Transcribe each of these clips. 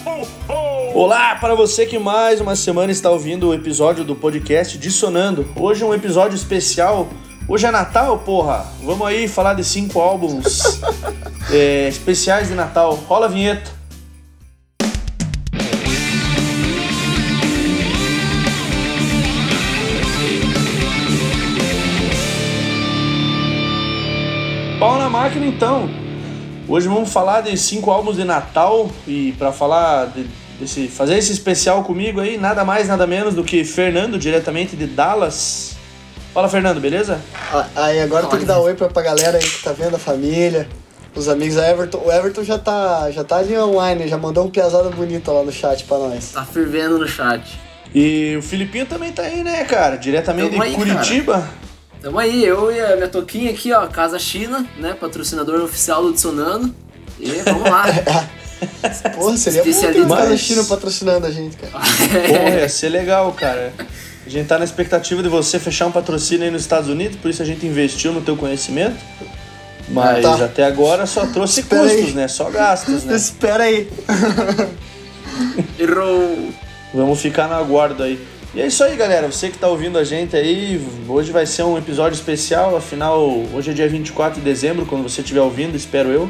Olá para você que mais uma semana está ouvindo o episódio do podcast Dissonando. Hoje é um episódio especial. Hoje é Natal, porra. Vamos aí falar de 5 álbuns especiais de Natal. Rola a vinheta. Pau na máquina então. Hoje vamos falar de 5 álbuns de Natal e para falar fazer esse especial comigo aí, nada mais, nada menos do que Fernando, diretamente de Dallas. Fala, Fernando, beleza? Aí agora tem que dar oi pra galera aí que tá vendo, a família, os amigos. O Everton já tá ali online, já mandou um piazada bonita lá no chat pra nós. Tá fervendo no chat. E o Filipinho também tá aí, né, cara? Diretamente de Curitiba. Cara. Tamo aí, eu e a minha toquinha aqui, ó, Casa China, né, patrocinador oficial do Dissonando. E vamos lá. Porra, seria bom ter uma Casa China patrocinando a gente, cara. Porra, ia ser legal, cara. A gente tá na expectativa de você fechar um patrocínio aí nos Estados Unidos, por isso a gente investiu no teu conhecimento. Mas até agora só trouxe custos, né? Só gastos, né? Espera aí. Errou. Vamos ficar no aguardo aí. E é isso aí, galera. Você que tá ouvindo a gente aí, hoje vai ser um episódio especial. Afinal, hoje é dia 24 de dezembro, quando você estiver ouvindo, espero eu.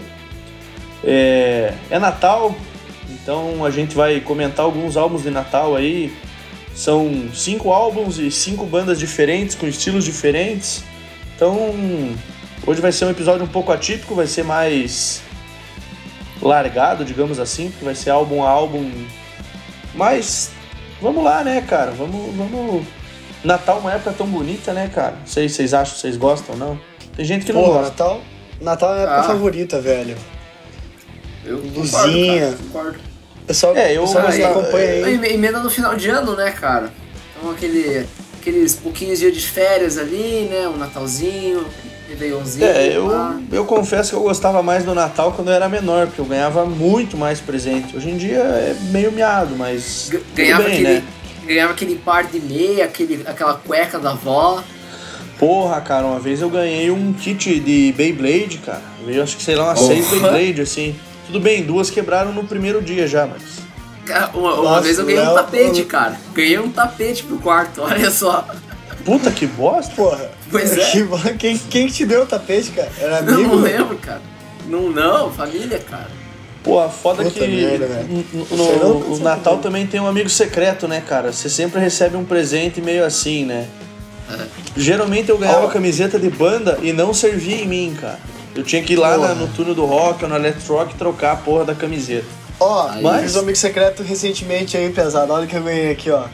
É Natal, então a gente vai comentar alguns álbuns de Natal aí. São 5 álbuns e 5 bandas diferentes, com estilos diferentes. Então, hoje vai ser um episódio um pouco atípico, vai ser mais largado, digamos assim, porque vai ser álbum a álbum. Mas vamos lá, né, cara? Vamos. Natal é uma época tão bonita, né, cara? Não sei se vocês acham, vocês gostam ou não. Tem gente que não gosta. Natal é a época favorita, velho. Eu Luzinha. Concordo. Pessoal acompanha aí. Emenda no final de ano, né, cara? Então aqueles pouquinhos dias de férias ali, né? Um Natalzinho, Réveillonzinho. Eu confesso que eu gostava mais do Natal quando eu era menor, porque eu ganhava muito mais presente. Hoje em dia é meio miado, mas ganhava aquele par de meia, aquela cueca da avó. Porra, cara, uma vez eu ganhei um kit de Beyblade, cara. Veio, acho que, sei lá, umas 6 Beyblade, assim. Tudo bem, 2 quebraram no primeiro dia já, mas... Uma vez eu ganhei um tapete, cara. Ganhei um tapete pro quarto, olha só. Puta, que bosta. Porra. Pois é. Quem que te deu o tapete, cara? Era amigo? Eu não lembro, cara. Não, família, cara. Pô, foda Puta que merda, no Natal também tem um amigo secreto, né, cara? Você sempre recebe um presente meio assim, né? Geralmente eu ganhava camiseta de banda e não servia em mim, cara. Eu tinha que ir lá no turno do rock ou na Electro Rock trocar a porra da camiseta. Fiz um amigo secreto recentemente aí, pesado. Olha o que eu ganhei aqui, ó.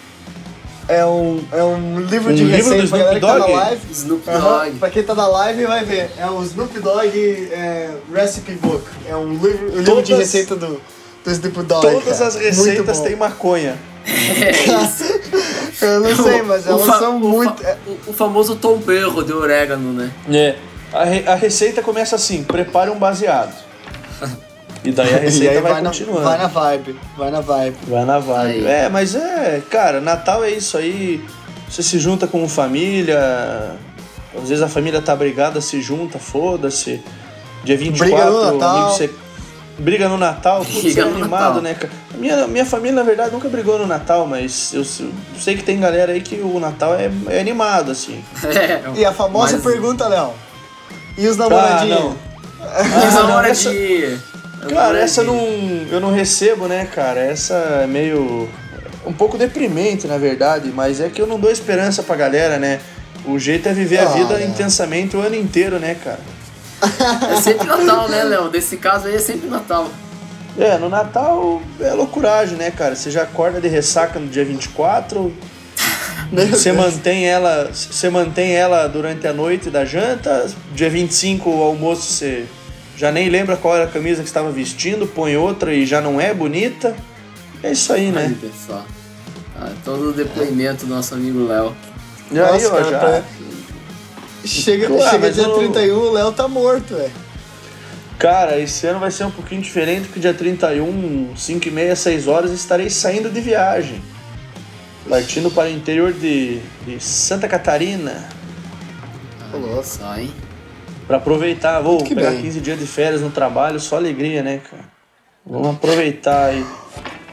É um livro de receita pra galera que tá na live. Snoop Dogg. Pra quem tá na live vai ver. É o Snoop Dogg Recipe Book. É um livro de receita do Snoop Dogg. Todas as receitas têm maconha. É isso. Eu não sei, mas elas são muito... O famoso tomperro de orégano, né? A receita começa assim: prepare um baseado. E daí a receita vai continuando. Vai na vibe. Vai na vibe. Mas cara, Natal é isso aí. Você se junta com família. Às vezes a família tá brigada, se junta, foda-se. Dia 24, briga no Natal. Briga no Natal, putz, é animado, né, cara? Minha família, na verdade, nunca brigou no Natal, mas eu sei que tem galera aí que o Natal é animado, assim. E a famosa pergunta, Léo: e os namoradinhos? Os namoradinhos. Cara, essa eu não recebo, né, cara? Essa é meio... um pouco deprimente, na verdade, mas é que eu não dou esperança pra galera, né? O jeito é viver a vida intensamente o ano inteiro, né, cara? É sempre Natal, né, Léo? Desse caso aí é sempre Natal. No Natal é loucuragem, né, cara? Você já acorda de ressaca no dia 24, você mantém ela durante a noite da janta, dia 25 o almoço você já nem lembra qual era a camisa que estava vestindo, põe outra e já não é bonita. É isso aí, né? Aí, pessoal. Todo o depoimento do nosso amigo Léo. E aí, ó, já... Chega dia 31, o Léo tá morto, velho. Cara, esse ano vai ser um pouquinho diferente, porque dia 31, 5h30, 6 horas, estarei saindo de viagem. Partindo para o interior de Santa Catarina. Nossa, hein? Pra aproveitar, vou pegar 15 dias de férias no trabalho, só alegria, né, cara? Vamos aproveitar aí.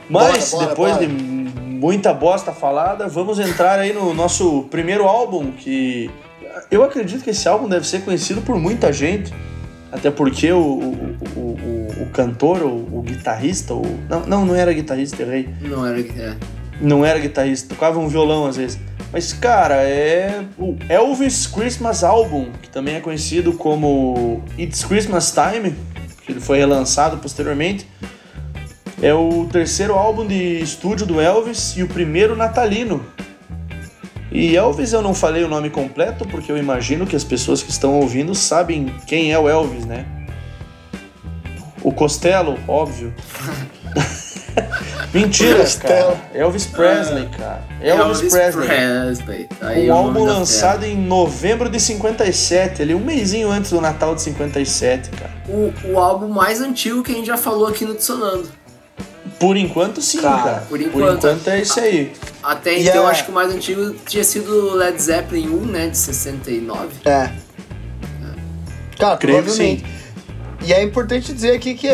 Mas, Bora, depois bora. de muita bosta falada, vamos entrar aí no nosso primeiro álbum, que eu acredito que esse álbum deve ser conhecido por muita gente, até porque o cantor, o guitarrista, não era guitarrista, errei. Não era... É. Não era guitarrista, tocava um violão às vezes. Mas, cara, é o Elvis Christmas Album, que também é conhecido como It's Christmas Time, que ele foi relançado posteriormente. É o terceiro álbum de estúdio do Elvis e o primeiro natalino. E Elvis eu não falei o nome completo, porque eu imagino que as pessoas que estão ouvindo sabem quem é o Elvis, né? O Costello, óbvio. Mentira, cara. Elvis Presley, cara. Elvis Presley. Aí Um álbum lançado em novembro de 57, ali um mêsinho antes do Natal de 57, cara. O álbum mais antigo que a gente já falou aqui no Tsunando. Por enquanto, sim, cara. Por enquanto é esse aí. Até então, acho que o mais antigo tinha sido Led Zeppelin 1, né, de 69. Cara, creio que provavelmente. sim. E é importante dizer aqui que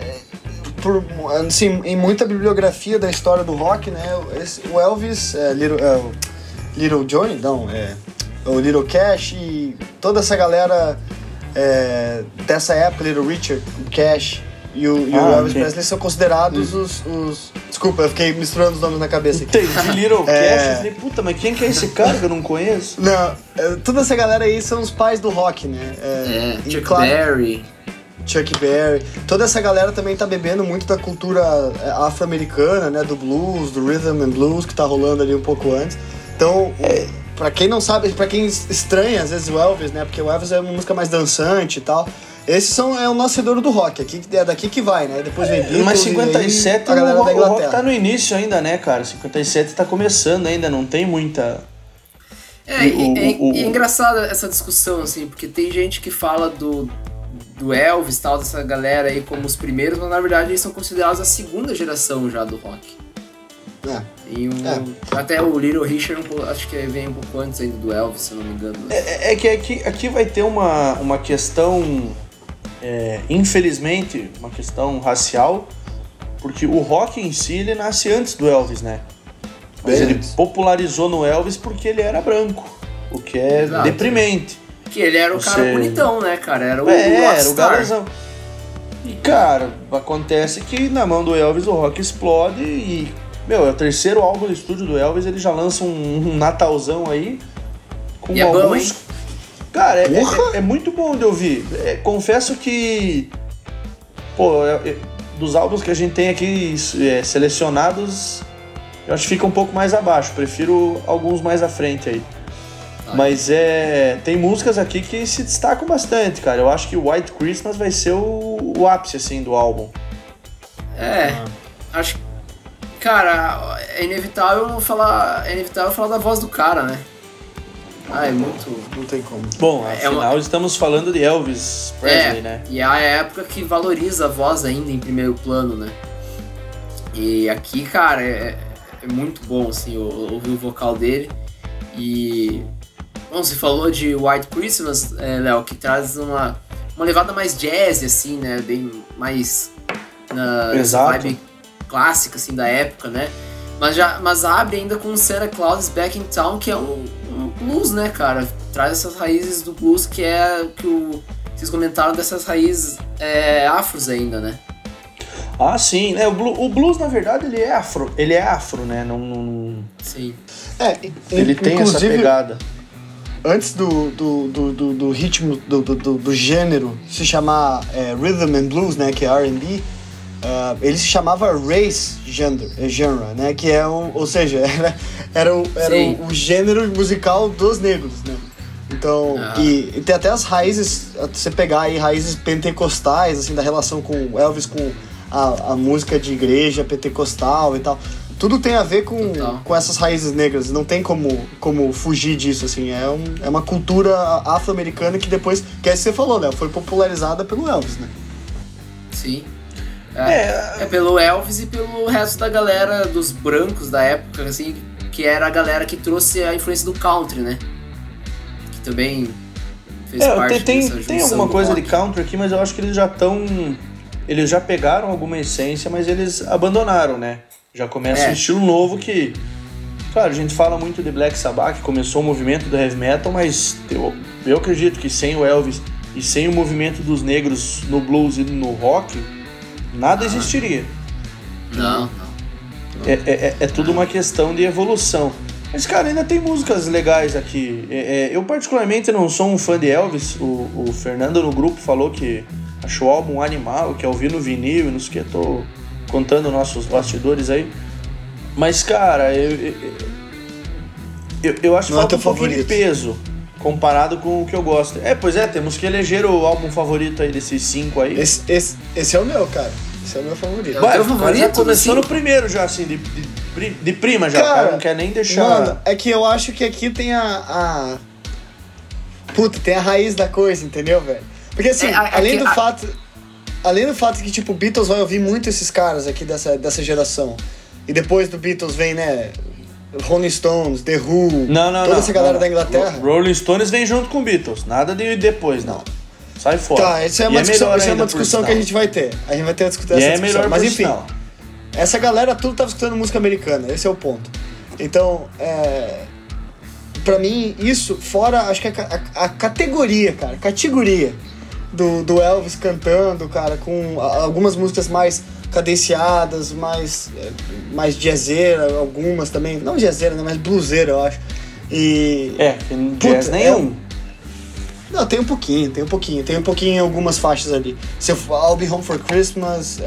assim, em muita bibliografia da história do rock, né, o Elvis, Little Johnny, não, o Little Cash e toda essa galera dessa época, Little Richard, o Cash e o Elvis Presley são considerados os... Desculpa, eu fiquei misturando os nomes na cabeça aqui. Entendi, Little Cash, eu falei, puta, mas quem que é esse cara que eu não conheço? Não, toda essa galera aí são os pais do rock, né? Chuck Berry. Chuck Berry. Toda essa galera também tá bebendo muito da cultura afro-americana, né? Do blues, do rhythm and blues, que tá rolando ali um pouco antes. Então, pra quem não sabe, pra quem estranha às vezes o Elvis, né? Porque o Elvis é uma música mais dançante e tal. Esses é o nascedor do rock, é daqui que vai, né? Depois vem Beatles, mas 57 a galera da o rock Inglaterra. tá no início ainda, né, cara? 57 tá começando ainda, não tem muita... É engraçada essa discussão, assim, porque tem gente que fala do Elvis, tal, dessa galera aí como os primeiros, mas na verdade eles são considerados a segunda geração já do rock. Até o Little Richard, acho que vem um pouco antes ainda do Elvis, se eu não me engano. É que aqui vai ter uma questão, infelizmente, uma questão racial, porque o rock em si, ele nasce antes do Elvis, né? Mas ele popularizou no Elvis porque ele era branco, o que é deprimente. Que ele era o cara bonitão, né, cara? Era o era o galãzão. E, cara, acontece que na mão do Elvis o rock explode e... Meu, é o terceiro álbum do estúdio do Elvis, ele já lança um Natalzão aí. Com e alguns... é bom, hein? Cara, é muito bom de ouvir. Confesso que... Pô, dos álbuns que a gente tem aqui selecionados, eu acho que fica um pouco mais abaixo. Prefiro alguns mais à frente aí. Mas tem músicas aqui que se destacam bastante, cara. Eu acho que o White Christmas vai ser o ápice, assim, do álbum. Acho que... Cara, é inevitável falar da voz do cara, né? É muito... Não tem como. Bom, afinal estamos falando de Elvis Presley, né? E é a época que valoriza a voz ainda em primeiro plano, né? E aqui, cara, é muito bom, assim, ouvir o vocal dele. E... Bom, você falou de White Christmas, Léo, que traz uma levada mais jazz, assim, né? Bem mais... Exato. Clássica, assim, da época, né? Mas abre ainda com Santa Claus Back in Town, que é um blues, né, cara? Traz essas raízes do blues, que é o que vocês comentaram dessas raízes afros ainda, né? Ah, sim. O blues, na verdade, ele é afro, né? Não... Sim. Ele tem essa pegada. Antes do ritmo, do gênero se chamar Rhythm and Blues, né, que é R&B, ele se chamava race genre, né, que ou seja, era o gênero musical dos negros, né. Então, e tem até as raízes, você pegar aí raízes pentecostais, assim, da relação com Elvis, com a música de igreja pentecostal e tal. Tudo tem a ver com essas raízes negras, não tem como fugir disso, assim. É uma cultura afro-americana que depois, que é isso que você falou, né, foi popularizada pelo Elvis, né. Sim. Pelo Elvis e pelo resto da galera dos brancos da época, assim, que era a galera que trouxe a influência do country, né? Que também fez parte dessa junção. Tem alguma coisa de country aqui, mas eu acho que eles já pegaram alguma essência, mas eles abandonaram, né? Já começa um estilo novo que... Claro, a gente fala muito de Black Sabbath, que começou o movimento do heavy metal, mas eu acredito que sem o Elvis e sem o movimento dos negros no blues e no rock, nada existiria. Não. É tudo uma questão de evolução. Mas, cara, ainda tem músicas legais aqui. Eu particularmente não sou um fã de Elvis. O Fernando no grupo falou que achou o álbum um animal, que é ouvir no vinil e não sei o que. Tô contando nossos bastidores aí. Mas, cara, eu acho que falta um pouquinho de peso comparado com o que eu gosto. Pois é, temos que eleger o álbum favorito aí desses 5 aí. Esse é o meu, cara. Esse é o meu favorito. Vai, já começou no primeiro já, assim, de prima já. Cara, o cara não quer nem deixar... Mano, é que eu acho que aqui tem Puta, tem a raiz da coisa, entendeu, velho? Porque assim, além do fato que, tipo, Beatles vai ouvir muito esses caras aqui dessa geração. E depois do Beatles vem, né, Rolling Stones, The Who, toda essa galera da Inglaterra. Rolling Stones vem junto com Beatles, nada de depois, não. Sai fora. Tá, isso é uma discussão que a gente vai ter. A gente vai ter essa discussão. Melhor, mas enfim, essa galera tudo tava escutando música americana, esse é o ponto. Então, pra mim, isso, fora, acho que a categoria, cara, do Elvis cantando, cara, com algumas músicas mais cadenciadas, mais jazzeira, algumas também, não jazzeira, né, mais bluseira, eu acho. E... jazz nenhum. Não, tem um pouquinho em algumas faixas ali. Se eu I'll Be Home for Christmas,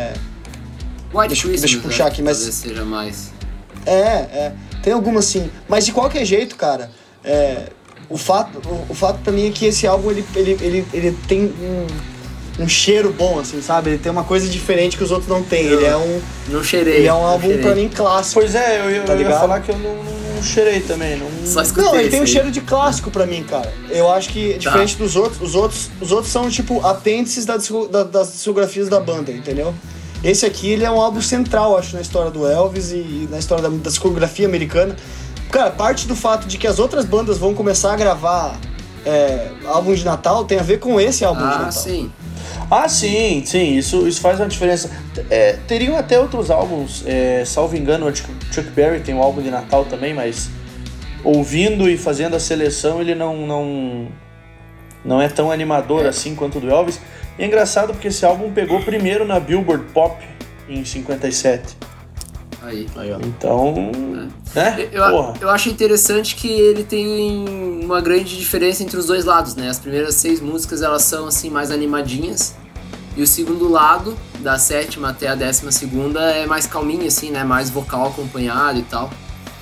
deixa eu puxar aqui, mas... Talvez seja mais... tem algumas sim, mas de qualquer jeito, cara, o fato pra mim é que esse álbum, ele tem um cheiro bom, assim, sabe? Ele tem uma coisa diferente que os outros não têm. Ele é um... Não cheirei. Ele é um álbum, pra mim, clássico. Pois é, eu ia falar que eu não cheirei também. Só escutei. Não, ele tem um cheiro de clássico pra mim, cara. Eu acho que, diferente dos outros, os outros são, tipo, apêndices das discografias da banda, entendeu? Esse aqui, ele é um álbum central, acho, na história do Elvis e na história da discografia americana. Cara, parte do fato de que as outras bandas vão começar a gravar álbuns de Natal tem a ver com esse álbum de Natal. Sim. Sim, isso faz uma diferença. Teriam até outros álbuns, salvo engano, o Chuck Berry tem um álbum de Natal também, mas ouvindo e fazendo a seleção, ele não é tão animador assim quanto o do Elvis. E é engraçado porque esse álbum pegou primeiro na Billboard Pop em 57. Aí ó. Então, eu acho interessante que ele tem uma grande diferença entre os dois lados, né? As primeiras 6 músicas, elas são, assim, mais animadinhas. E o segundo lado, da 7ª até a 12ª, é mais calminho, assim, né? Mais vocal acompanhado e tal.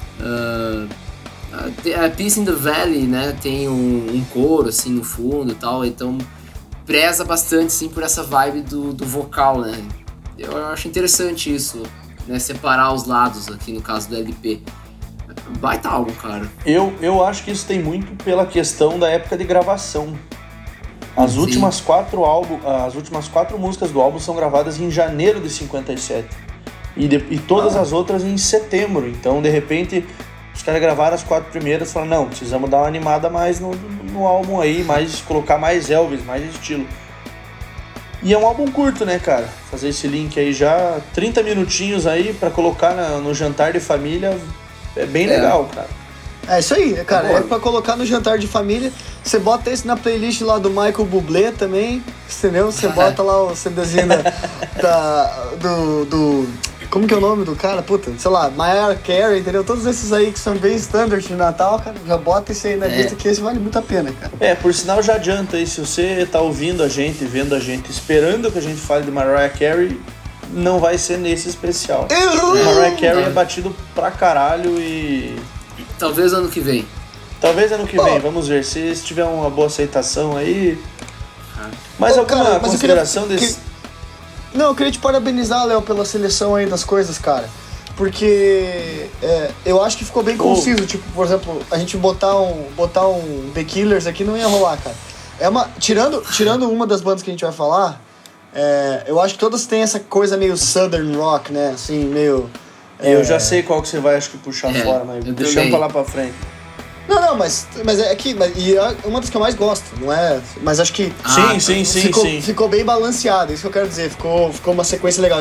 A Peace in the Valley, né? Tem um coro, assim, no fundo e tal. Então, preza bastante, assim, por essa vibe do vocal, né? Eu acho interessante isso, né, separar os lados aqui no caso do LP. Baita álbum, cara. Eu acho que isso tem muito pela questão da época de gravação. As últimas 4 músicas do álbum são gravadas em janeiro de 57 e todas as outras em setembro. Então, de repente, os caras gravaram as 4 primeiras e falaram, não, precisamos dar uma animada mais no álbum aí, colocar mais Elvis, mais estilo. E é um álbum curto, né, cara? Fazer esse link aí já, 30 minutinhos aí pra colocar no jantar de família, é bem legal, cara. É isso aí, cara, é pra colocar no jantar de família. Você bota esse na playlist lá do Michael Bublé também, entendeu? Você bota lá o CDzinho do como que é o nome do cara? Puta, sei lá, Mariah Carey, entendeu? Todos esses aí que são bem standard de Natal, cara, já bota esse aí na lista que esse vale muito a pena, cara. Por sinal, já adianta aí, se você tá ouvindo a gente, vendo a gente, esperando que a gente fale de Mariah Carey, não vai ser nesse especial. Mariah Carey é batido pra caralho e... Talvez ano que vem. Vamos ver. Se tiver uma boa aceitação aí... Mais alguma consideração desse... Não, eu queria te parabenizar, Léo, pela seleção aí das coisas, cara. Porque eu acho que ficou bem conciso. Tipo, por exemplo, a gente botar um The Killers aqui não ia rolar, cara. Tirando uma das bandas que a gente vai falar, eu acho que todas têm essa coisa meio Southern Rock, né? Assim, meio... Eu já sei qual que você vai, acho que, puxar fora, mas deixamos pra lá pra frente. Não, mas é aqui, e é uma das que eu mais gosto, não é? Mas acho que sim. ficou bem balanceado, isso que eu quero dizer, ficou uma sequência legal. Então,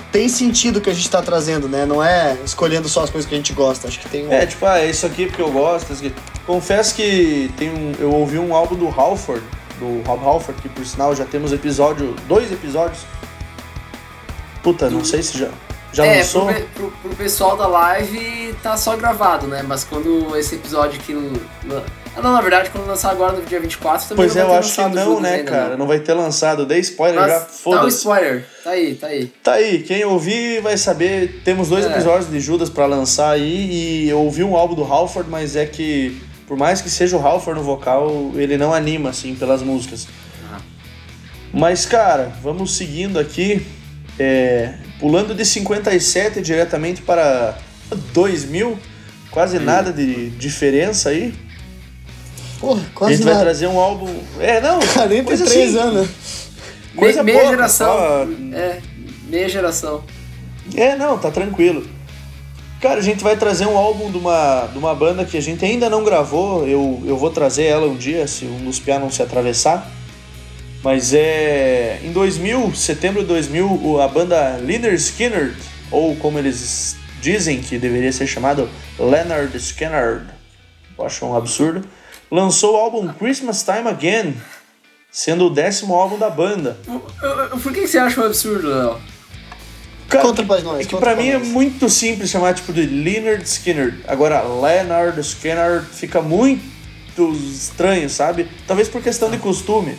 tem sentido o que a gente tá trazendo, né? Não é escolhendo só as coisas que a gente gosta. Acho que tem é isso aqui porque eu gosto. Isso aqui. Confesso que eu ouvi um álbum do Halford, do Rob Halford, que por sinal já temos 2 episódios. Puta, não sei se já lançou. Pro pessoal da live tá só gravado, né? Mas quando esse episódio aqui... Não, na verdade, quando lançar agora no dia 24 também pois não eu vai ter acho que lançado não, né, ainda, cara? Não vai ter lançado. Dei spoiler, mas já foda-se. Tá o spoiler. Tá aí. Tá aí, quem ouvir vai saber. Temos 2 episódios de Judas pra lançar aí. E eu ouvi um álbum do Halford, mas é que, por mais que seja o Halford no vocal, ele não anima, assim, pelas músicas. Mas, cara, vamos seguindo aqui. Pulando de 57 diretamente para 2000. Quase nada de diferença aí. Porra, A quase gente nada. vai trazer um álbum... 43 assim, anos. Coisa meia pouca, geração. só... Meia geração. Não, tá tranquilo. Cara, a gente vai trazer um álbum de uma banda que a gente ainda não gravou. Eu vou trazer ela um dia, se um dos piá não se atravessar. Mas em 2000, setembro de 2000, a banda Lynyrd Skynyrd, ou como eles dizem que deveria ser chamado, Lynyrd Skynyrd, eu acho um absurdo, lançou o álbum Christmas Time Again, sendo o 10º álbum da banda. Por que você acha um absurdo, Léo? Cara, Conta pra nós. é que pra mim é muito simples chamar tipo de Lynyrd Skynyrd. Agora, Lynyrd Skynyrd fica muito estranho, sabe? Talvez por questão de costume.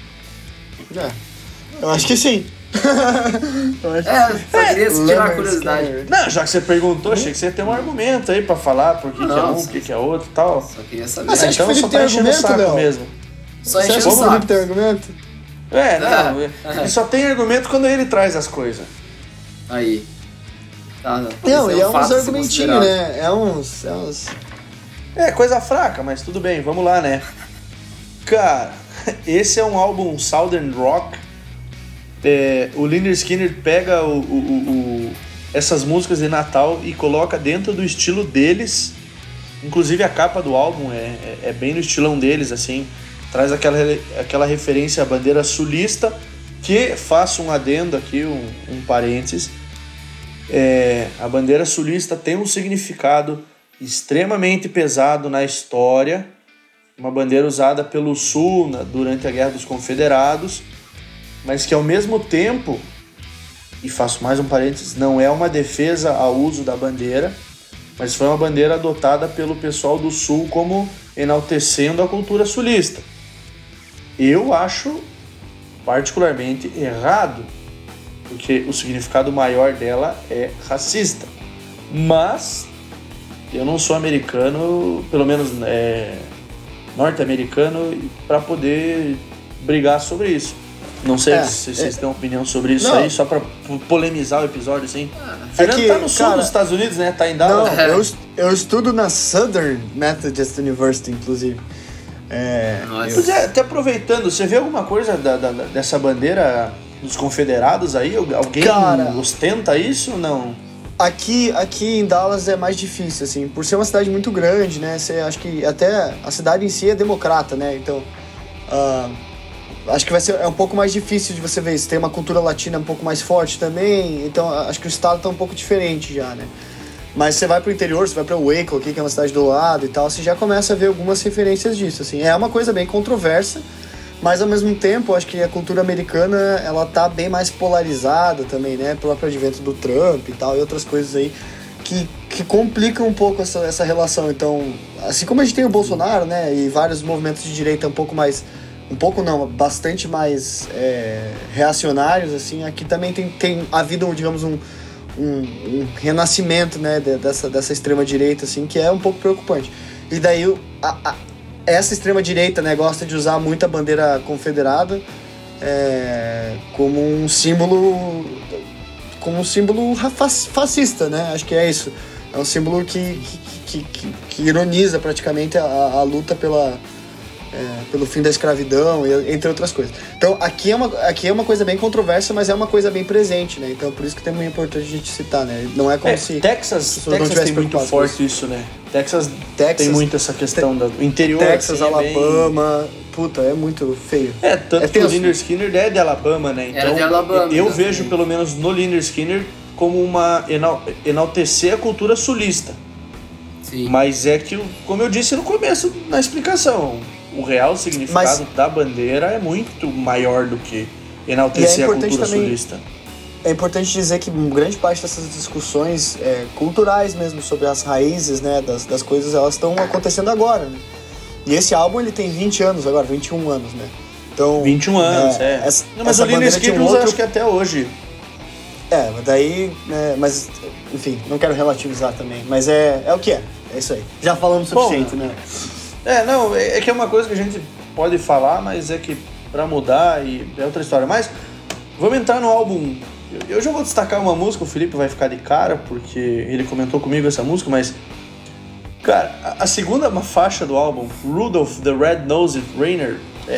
Eu acho que sim. Só queria tirar a curiosidade. Não, já que você perguntou, achei que você ia ter um argumento aí pra falar por que é um, o que é outro e tal. Só queria saber. Mas você acha que o Então Felipe só tem tá enchendo o argumento, saco Léo? mesmo. Só Você enche acha o que o Felipe saco. tem argumento? Ele só tem argumento quando ele traz as coisas. Aí. Tá, Não, esse e é um uns fato a ser argumentinhos, considerado. né? É uns... Coisa fraca, mas tudo bem, vamos lá, né? Cara, esse é um álbum Southern Rock. O Lynyrd Skynyrd pega essas músicas de Natal e coloca dentro do estilo deles. Inclusive a capa do álbum é bem no estilão deles, assim. Traz aquela referência à bandeira sulista, que, faço um adendo aqui, um parênteses. A bandeira sulista tem um significado extremamente pesado na história. Uma bandeira usada pelo Sul durante a Guerra dos Confederados, mas que ao mesmo tempo, e faço mais um parênteses, não é uma defesa ao uso da bandeira, mas foi uma bandeira adotada pelo pessoal do Sul como enaltecendo a cultura sulista. Eu acho particularmente errado, porque o significado maior dela é racista. Mas eu não sou americano, pelo menos norte-americano, para poder brigar sobre isso. Não sei se vocês têm uma opinião sobre isso aí, só pra polemizar o episódio, assim. Fernando tá no sul dos Estados Unidos, né? Tá em Dallas. Não, eu estudo na Southern Methodist University, inclusive. Pois até aproveitando, você vê alguma coisa dessa bandeira dos confederados aí? Alguém ostenta isso ou não? Aqui em Dallas é mais difícil, assim, por ser uma cidade muito grande, né? Acho que até a cidade em si é democrata, né? Então, acho que é um pouco mais difícil de você ver isso. Tem uma cultura latina um pouco mais forte também, então acho que o estado tá um pouco diferente já, né? Mas você vai pro interior, você vai pra Waco aqui, que é uma cidade do lado e tal, você já começa a ver algumas referências disso, assim. É uma coisa bem controversa, mas ao mesmo tempo, acho que a cultura americana, ela tá bem mais polarizada também, né? Pelo próprio advento do Trump e tal, e outras coisas aí que complicam um pouco essa relação. Então, assim como a gente tem o Bolsonaro, né? E vários movimentos de direita bastante mais reacionários, assim, aqui também tem havido, digamos, um renascimento, né, dessa extrema-direita, assim, que é um pouco preocupante. E daí essa extrema-direita, né, gosta de usar muito a bandeira confederada como um símbolo fascista, né? Acho que é isso. É um símbolo que ironiza praticamente a luta pelo fim da escravidão, entre outras coisas. Então, aqui é uma coisa bem controversa, mas é uma coisa bem presente, né? Então, por isso que também é importante a gente citar, né? Não é como se... Texas tem muito forte isso, né? Texas tem muito essa questão do interior. Texas, assim, Alabama... Puta, é muito feio. Tanto que o Lynyrd Skynyrd é de Alabama, né? Então, de Alabama, eu exatamente. vejo, pelo menos no Lynyrd Skynyrd, como uma enaltecer a cultura sulista. Sim. Mas é que, como eu disse no começo, na explicação, o real significado da bandeira é muito maior do que enaltecer a cultura sulista. É importante dizer que grande parte dessas discussões culturais mesmo, sobre as raízes, né, das coisas, elas estão acontecendo agora, né? E esse álbum, ele tem 20 anos agora, 21 anos, né? Então, 21 anos, mas o Lynyrd Skynyrd acho que até hoje. Daí, mas, enfim, não quero relativizar também, mas é o que é isso aí. Já falamos o suficiente, né? É que é uma coisa que a gente pode falar, mas é que pra mudar e é outra história. Mas vamos entrar no álbum. Eu já vou destacar uma música, o Felipe vai ficar de cara, porque ele comentou comigo essa música, mas... Cara, a segunda faixa do álbum, Rudolph the Red-Nosed Reindeer,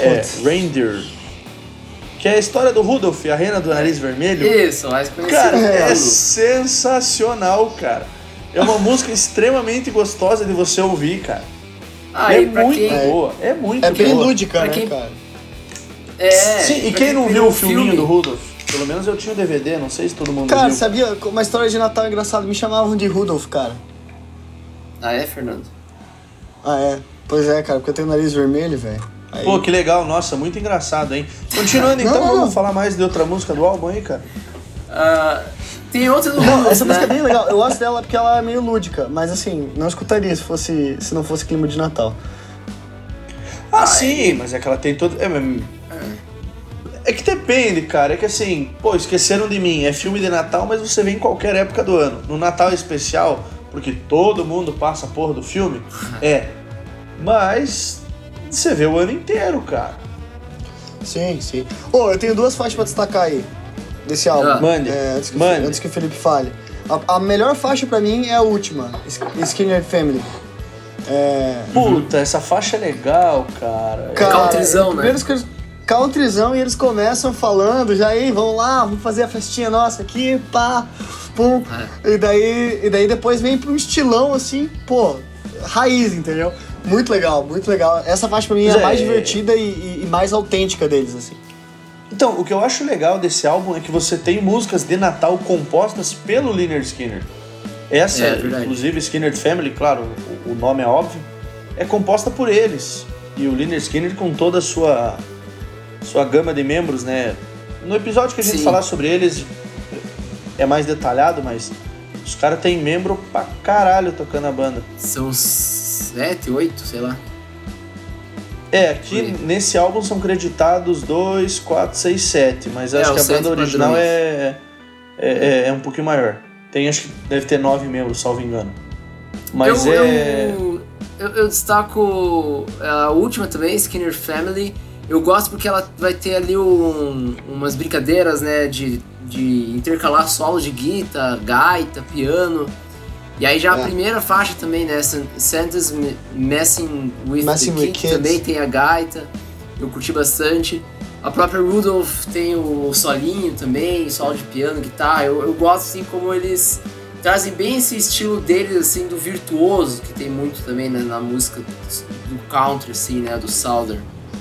que é a história do Rudolph, a rena do nariz vermelho. Isso, mais conhecido. Cara, é sensacional, cara. É uma música extremamente gostosa de você ouvir, cara. É muito boa, é muito boa. É bem lúdica, né, cara? Sim, e quem não viu o filminho do Rudolph? Pelo menos eu tinha o DVD, não sei se todo mundo viu. Cara, sabia? Uma história de Natal engraçada, me chamavam de Rudolph, cara. Ah, é, Fernando? Ah, é? Pois é, cara, porque eu tenho o nariz vermelho, velho. Pô, que legal, nossa, muito engraçado, hein? Continuando então, vamos falar mais de outra música do álbum aí, cara? Tem outra do Rudolph, essa música é bem legal, eu gosto dela porque ela é meio lúdica, mas assim, não escutaria se não fosse clima de Natal. Sim, mas é que ela tem todo... É que depende, cara, é que assim, Esqueceram de Mim, é filme de Natal, mas você vê em qualquer época do ano. No Natal é especial, porque todo mundo passa a porra do filme, mas você vê o ano inteiro, cara. Sim. Eu tenho duas faixas pra destacar aí, desse álbum. Mande. Antes que o Felipe fale. A melhor faixa pra mim é a última, Skynyrd Family. Puta, essa faixa é legal, cara. Countryzão, né? Countryzão, e eles começam falando, já aí, vamos lá, vamos fazer a festinha nossa aqui, pá, pum. E daí depois vem pra um estilão assim, raiz, entendeu? Muito legal, muito legal. Essa faixa pra mim é a mais divertida e mais autêntica deles, assim. Então, o que eu acho legal desse álbum é que você tem músicas de Natal compostas pelo Lynyrd Skynyrd. Essa, inclusive, Skynyrd Family, claro, o nome é óbvio, é composta por eles. E o Lynyrd Skynyrd com toda a sua gama de membros, né? No episódio que a gente falar sobre eles é mais detalhado, mas os caras têm membro pra caralho tocando a banda. São 7, 8, sei lá. Aqui nesse álbum são creditados 2, 4, 6, 7, mas acho que a banda original é um pouquinho maior. Acho que deve ter 9 membros, salvo engano. Mas eu destaco a última também, Skynyrd Family. Eu gosto porque ela vai ter ali umas brincadeiras, né, de intercalar solos de guitarra, gaita, piano. E aí já a primeira faixa também, né, Santa's Messing with the Kids, também tem a gaita, eu curti bastante. A própria Rudolph tem o solinho também, solo de piano, guitarra. Eu gosto, assim, como eles trazem bem esse estilo deles, assim, do virtuoso, que tem muito também, né, na música do country, assim, né, do Southern.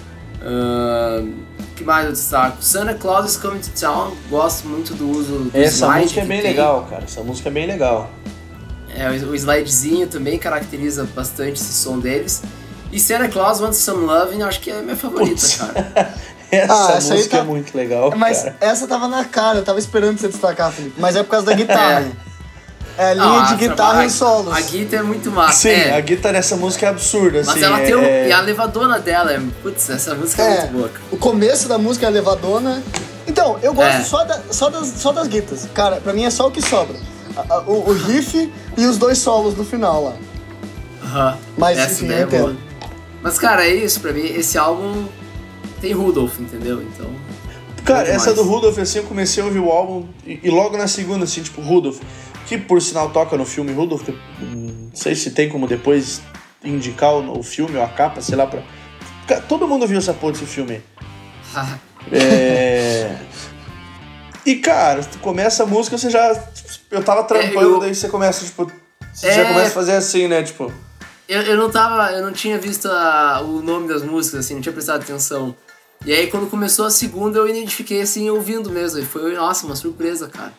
Que mais eu destaco? Santa Claus is Coming to Town, gosto muito do uso do slide. Essa música é bem legal, cara, essa música é bem legal. O slidezinho também caracteriza bastante esse som deles. E Santa Claus Wants Some Loving, eu acho que é a minha favorita, cara. essa música é muito legal, mas cara. Essa tava na cara, eu tava esperando você destacar, Felipe. Mas é por causa da guitarra. É a linha de guitarra e solos. A guitarra é muito massa. Sim, a guitarra nessa música é absurda. Mas assim, ela tem e a levadona dela, essa música é muito boa. O começo da música é a levadona. Então, eu gosto só das guitarras. Cara, pra mim é só o que sobra. O riff e os 2 solos no final lá. Mas enfim, eu entendo. Mas, cara, é isso pra mim. Esse álbum tem Rudolph, entendeu? Então... Cara, essa do Rudolph, assim, eu comecei a ouvir o álbum e logo na segunda, assim, tipo, Rudolph, que por sinal toca no filme Rudolph, não sei se tem como depois indicar o filme ou a capa, sei lá, todo mundo viu essa porra desse filme. E, cara, tu começa a música, você já... Eu tava trampando, daí você começa, tipo... Você já começa a fazer assim, né, tipo... Eu não tinha visto o nome das músicas, assim, não tinha prestado atenção. E aí, quando começou a segunda, eu identifiquei, assim, ouvindo mesmo. E foi, nossa, uma surpresa, cara.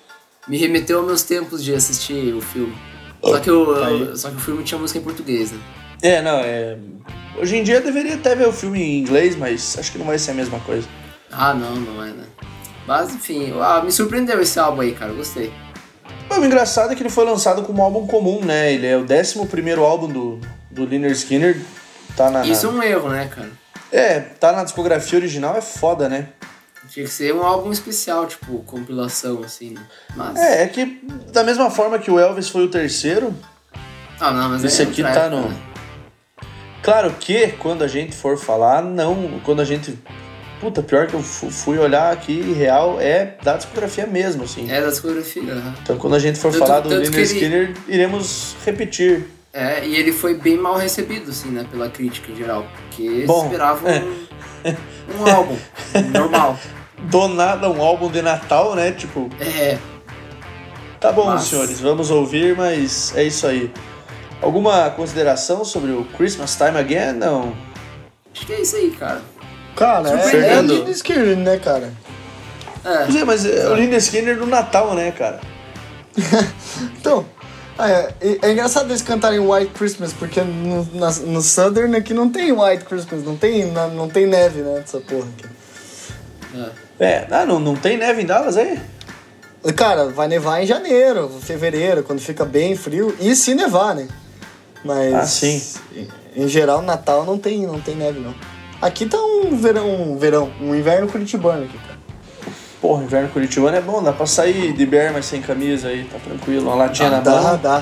me remeteu aos meus tempos de assistir o filme. Só que o filme tinha música em português, né? Hoje em dia deveria até ver o filme em inglês, mas acho que não vai ser a mesma coisa. Ah, não é, né? Mas, enfim, me surpreendeu esse álbum aí, cara, eu gostei. O engraçado é que ele foi lançado como um álbum comum, né? Ele é o 11º álbum do Lynyrd Skynyrd. Isso é um erro, né, cara? Tá na discografia original, é foda, né? Tinha que ser um álbum especial, tipo, compilação, assim, né? Mas... É que da mesma forma que o Elvis foi o terceiro... mas esse aqui tá no... Né? Claro que, quando a gente for falar, quando a gente... Puta, pior que eu fui olhar aqui, real, é da discografia mesmo, assim. É da discografia, uhum. Então quando a gente for falar do Lynyrd Skynyrd, iremos repetir. E ele foi bem mal recebido, assim, né, pela crítica em geral. Porque esperavam um álbum normal. Do nada um álbum de Natal, né, tipo... Tá bom, senhores, vamos ouvir, mas é isso aí. Alguma consideração sobre o Christmas Time Again? Não? Acho que é isso aí, cara. Cara, é o Lynyrd Skynyrd, né, cara? Mas é o Lynyrd Skynyrd no Natal, né, cara? Então, é engraçado eles cantarem White Christmas, porque no Southern aqui não tem White Christmas, não tem neve, né, dessa porra aqui. Não tem neve em Dallas aí? Cara, vai nevar em janeiro, fevereiro, quando fica bem frio, e se nevar, né? Mas, sim. Em geral, Natal não tem neve, não. Aqui tá um inverno curitibano aqui, cara. Porra, inverno curitibano é bom, dá pra sair de berma sem camisa aí, tá tranquilo, uma latinha na mão. Dá.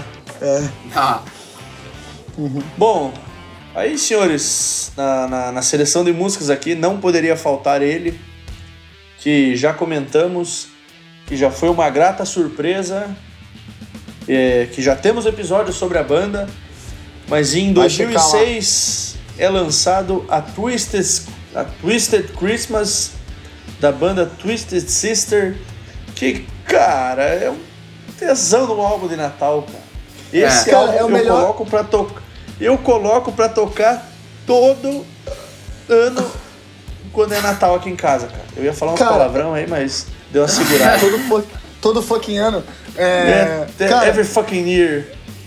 Bom, aí, senhores, na seleção de músicas aqui não poderia faltar ele, que já comentamos, que já foi uma grata surpresa, que já temos episódios sobre a banda, mas em 2006 é lançado a Twisted Christmas, da banda Twisted Sister, que, cara, é um tesão de um álbum de Natal, cara. Esse álbum é o melhor. Eu coloco pra tocar todo ano quando é Natal aqui em casa, cara. Eu ia falar um palavrão aí, mas deu uma segurada. todo fucking ano. Every fucking year.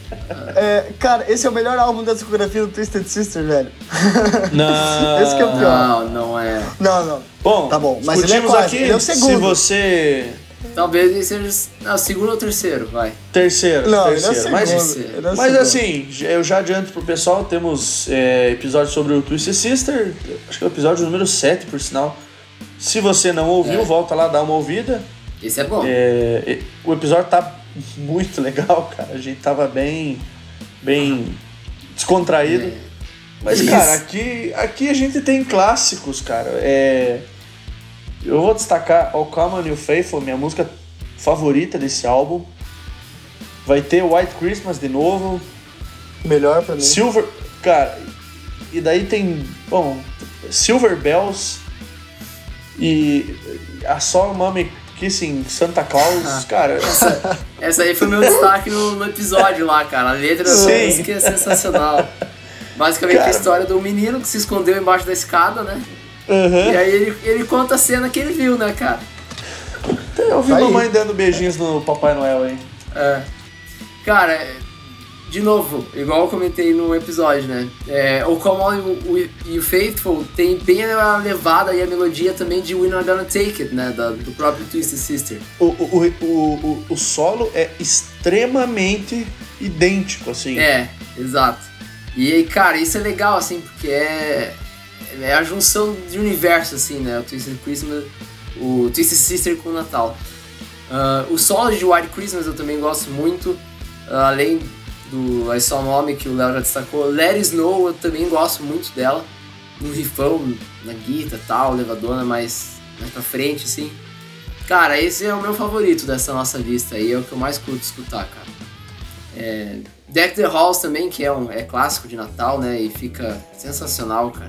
Cara, esse é o melhor álbum da discografia do Twisted Sister, velho. Não. Esse que é o pior. Não é. Não. Bom, tá bom, mas ele é aqui, ele é o segundo. Se você... Talvez ele seja o segundo ou terceiro, vai. Terceiro. Ele é o segundo. Mas assim, eu já adianto pro pessoal, temos episódio sobre o Twisted Sister, acho que é o episódio número 7, por sinal. Se você não ouviu, volta lá, dá uma ouvida. Esse é bom. O episódio tá muito legal, cara. A gente tava bem descontraído. Mas, cara, aqui a gente tem clássicos, cara. Eu vou destacar All Common and Faithful, minha música favorita desse álbum. Vai ter White Christmas de novo. Melhor pra mim. Silver... Cara, e daí tem... Bom, Silver Bells e a Song Mommy Kissing Santa Claus, cara... Essa aí foi meu destaque no episódio lá, cara. A letra da música é sensacional. Basicamente, a história do menino que se escondeu embaixo da escada, né? Uhum. E aí ele conta a cena que ele viu, né, cara? Eu vi mamãe dando beijinhos no Papai Noel aí. Cara, de novo, igual eu comentei no episódio, né? O Come On e o Faithful tem bem a levada e a melodia também de We're Not Gonna Take It, né? Do próprio Twisted Sister. O solo é extremamente idêntico, assim. Exato. E aí, cara, isso é legal, assim, porque é a junção de universo, assim, né? O Twisted Christmas, o Twisted Sister com o Natal. O solo de White Christmas eu também gosto muito, além do I Saw Mommy, que o Léo já destacou. Let It Snow eu também gosto muito dela, no riffão, na guitarra e tal, levadona mais pra frente, assim. Cara, esse é o meu favorito dessa nossa lista aí, é o que eu mais curto escutar, cara. Deck the Halls também, que é clássico de Natal, né, e fica sensacional, cara.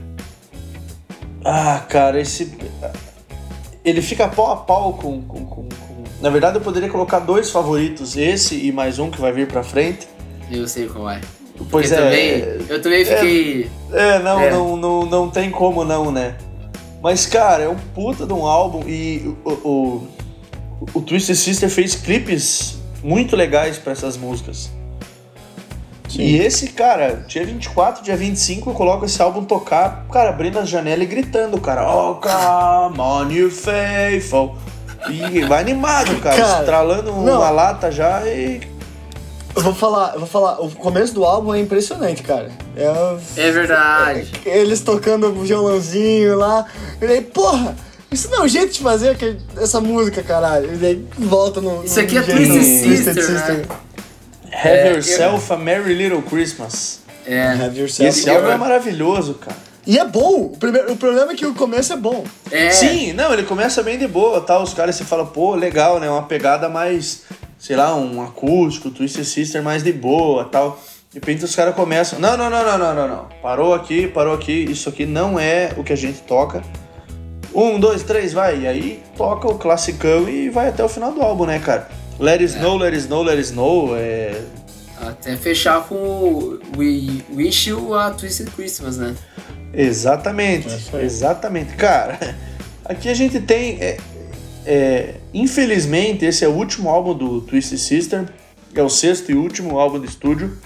Cara, ele fica pau a pau com... Na verdade, eu poderia colocar 2 favoritos, esse e mais um que vai vir pra frente. Eu sei qual é. Pois eu também fiquei... Não tem como não, né? Mas, cara, é um puta de um álbum e o Twisted Sister fez clipes muito legais pra essas músicas. Sim. E esse, cara, dia 24, dia 25, eu coloco esse álbum tocar, cara, abrindo a janela e gritando, cara, oh, come on, you faithful. E vai animado, cara estralando uma lata já e... Eu vou falar, o começo do álbum é impressionante, cara. É verdade. Eles tocando o violãozinho lá, e daí, porra, isso não é um jeito de fazer essa música, caralho. E daí volta no... Isso aqui é Twisted Sister, né? Have Yourself a Merry Little Christmas. Have Yourself. E esse álbum é maravilhoso, cara. E é bom. O problema é que o começo é bom. Sim, não, ele começa bem de boa, tá? Os caras se falam, pô, legal, né? Uma pegada mais, sei lá, um acústico, Twisted Sister mais de boa, tal. De repente os caras começam, não. Parou aqui. Isso aqui não é o que a gente toca. 1, 2, 3, vai. E aí toca o classicão e vai até o final do álbum, né, cara? Let It Snow, Let It Snow, Let It Snow, Até fechar com o Wish You a Twisted Christmas, né? Exatamente. Cara, aqui a gente tem... infelizmente, esse é o último álbum do Twisted Sister. É o 6º e último álbum de estúdio.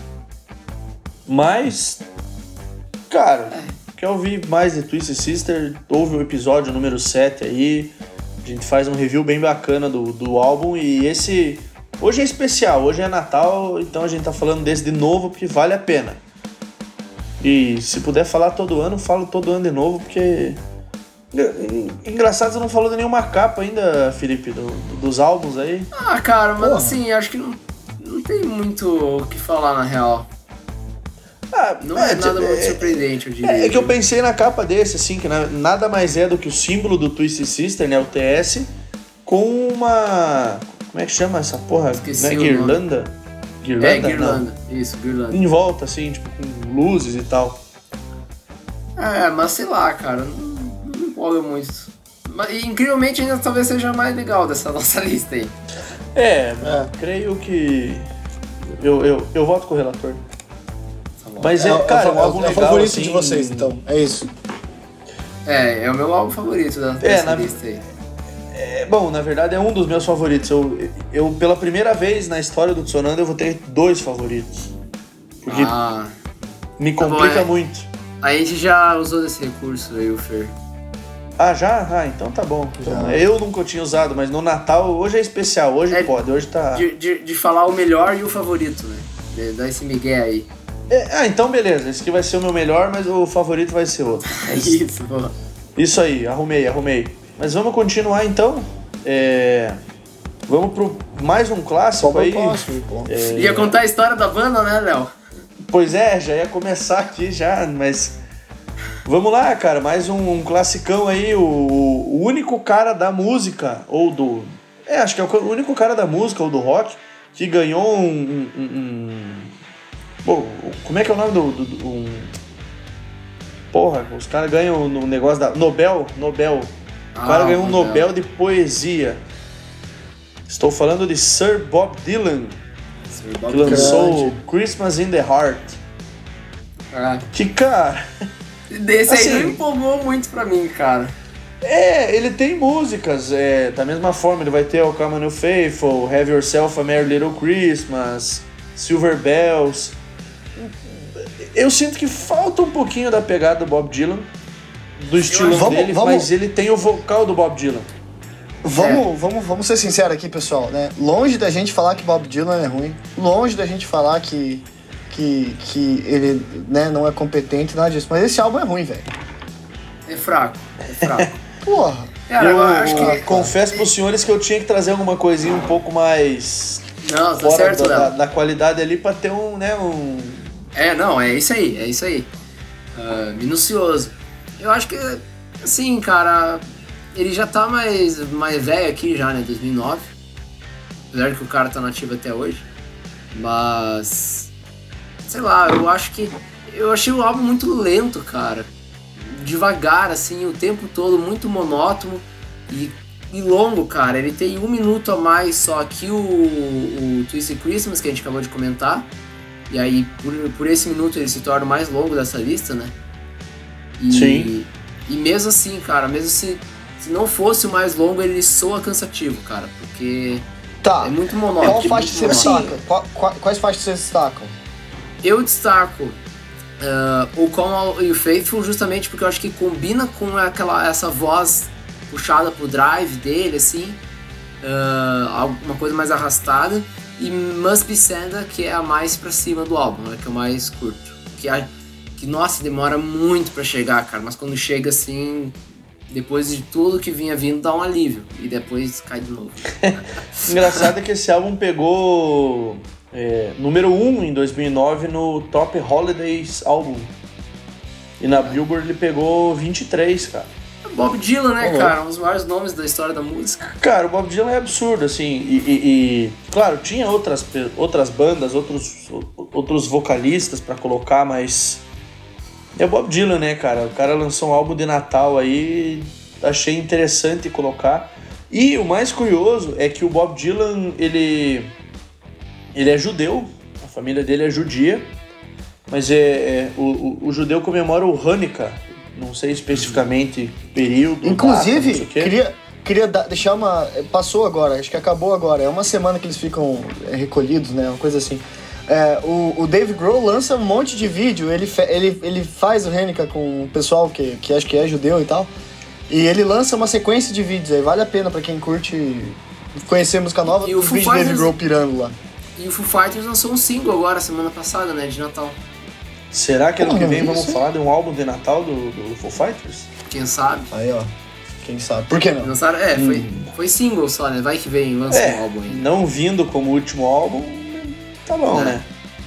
Mas, cara, quer ouvir mais de Twisted Sister? Ouve o episódio número 7 aí. A gente faz um review bem bacana do álbum. E esse... Hoje é especial, hoje é Natal, então a gente tá falando desse de novo porque vale a pena. E se puder falar todo ano, falo todo ano de novo, porque... Engraçado, você não falou de nenhuma capa ainda, Felipe, dos álbuns aí. Ah, cara, mas assim, acho que não tem muito o que falar, na real. Não é nada muito surpreendente, eu diria. É que eu pensei na capa desse, assim, que nada mais é do que o símbolo do Twisted Sister, né, o TS, com uma... Como é que chama essa porra? Esqueci, não é guirlanda? Guirlanda? Guirlanda. Não. Isso, guirlanda. Em volta, assim, tipo, com luzes e tal. Mas sei lá, cara, não empolga muito. Mas, incrivelmente, ainda talvez seja mais legal dessa nossa lista aí. Creio que... Eu voto com o relator. Tá bom. Mas cara, um álbum legal, é o favorito assim, de vocês, então. É isso. É o meu álbum favorito dessa lista aí. Bom, na verdade é um dos meus favoritos. Eu pela primeira vez na história do Tsonando, eu vou ter 2 favoritos. Porque me complica muito. A gente já usou desse recurso aí, o Fer. Já? Então tá bom. Eu nunca tinha usado, mas no Natal, hoje é especial, hoje pode, hoje tá... De falar o melhor e o favorito, né? Dar esse migué aí. Então beleza, esse aqui vai ser o meu melhor, mas o favorito vai ser outro. Isso, pô. Isso aí, arrumei. Mas vamos continuar então. Vamos pro mais um clássico aí. Ia contar a história da banda, né, Léo? Pois já ia começar aqui já, mas... Vamos lá, cara, mais um classicão aí, o único cara da música, ou do... acho que é o único cara da música ou do rock que ganhou Bom, como é que é o nome Porra, os caras ganham no negócio da... Nobel. O cara ganhou um Nobel de poesia. Estou falando de Sir Bob Dylan, que lançou Christmas in the Heart. Que, cara... Desse aí não empolgou muito pra mim, cara. Ele tem músicas, da mesma forma, ele vai ter O Come On You Faithful, Have Yourself a Merry Little Christmas, Silver Bells. Eu sinto que falta um pouquinho da pegada do Bob Dylan, do estilo dele, mas ele tem o vocal do Bob Dylan. Vamos ser sinceros aqui, pessoal, né? Longe da gente falar que Bob Dylan é ruim, longe da gente falar que ele, né, não é competente, nada disso. Mas esse álbum é ruim, velho. É fraco. Porra. Cara, eu acho que... confesso pros senhores que eu tinha que trazer alguma coisinha um pouco mais... Não, tá fora certo, da qualidade ali pra ter é isso aí. Minucioso. Eu acho que, assim, cara, ele já tá mais velho aqui já, né, 2009. Apesar de que o cara tá nativo até hoje. Mas... sei lá, eu achei o álbum muito lento, cara. Devagar, assim, o tempo todo, muito monótono e longo, cara. Ele tem 1 minuto a mais só que o Twisted Christmas, que a gente acabou de comentar. E aí, por esse minuto, ele se torna o mais longo dessa lista, né? Sim. E mesmo assim, cara, mesmo se se não fosse o mais longo, ele soa cansativo, cara, porque Tá. é muito monótono. Qual faixa você muito monótono. destaca? Quais faixas vocês destacam? Eu destaco o Come e o Faithful justamente porque eu acho que combina com essa voz puxada pro drive dele, assim, uma coisa mais arrastada, e Must Be Sanda, que é a mais pra cima do álbum, né, que eu mais curto. Que nossa, demora muito pra chegar, cara, mas quando chega assim, depois de tudo que vinha vindo, dá um alívio, e depois cai de novo. Engraçado é que esse álbum pegou número 1 em 2009 no Top Holidays Album. E na Billboard ele pegou 23, cara. Bob Dylan, né, cara? Um dos maiores nomes da história da música. Cara, o Bob Dylan é absurdo, assim. E claro, tinha outras bandas, outros vocalistas pra colocar, mas é o Bob Dylan, né, cara? O cara lançou um álbum de Natal aí, achei interessante colocar. E o mais curioso é que o Bob Dylan, ele é judeu, a família dele é judia, mas o judeu comemora o Hanukkah, não sei especificamente período. Inclusive, data, não sei o quê. queria deixar uma... Passou agora, acho que acabou agora. É uma semana que eles ficam recolhidos, né? Uma coisa assim. O Dave Grohl lança um monte de vídeo, ele faz o Hanukkah com o pessoal que acho que é judeu e tal, e ele lança uma sequência de vídeos aí, vale a pena pra quem curte conhecer música nova, E o o vídeo do Dave Grohl pirando lá. E o Foo Fighters lançou um single agora, semana passada, né, de Natal. Será que ano que vem vamos isso? falar de um álbum de Natal do Foo Fighters? Quem sabe? Aí, ó, quem sabe. Por que não? Lançaram, foi single só, né? Vai que vem, lança um álbum aí. Não vindo como último álbum, tá bom, né?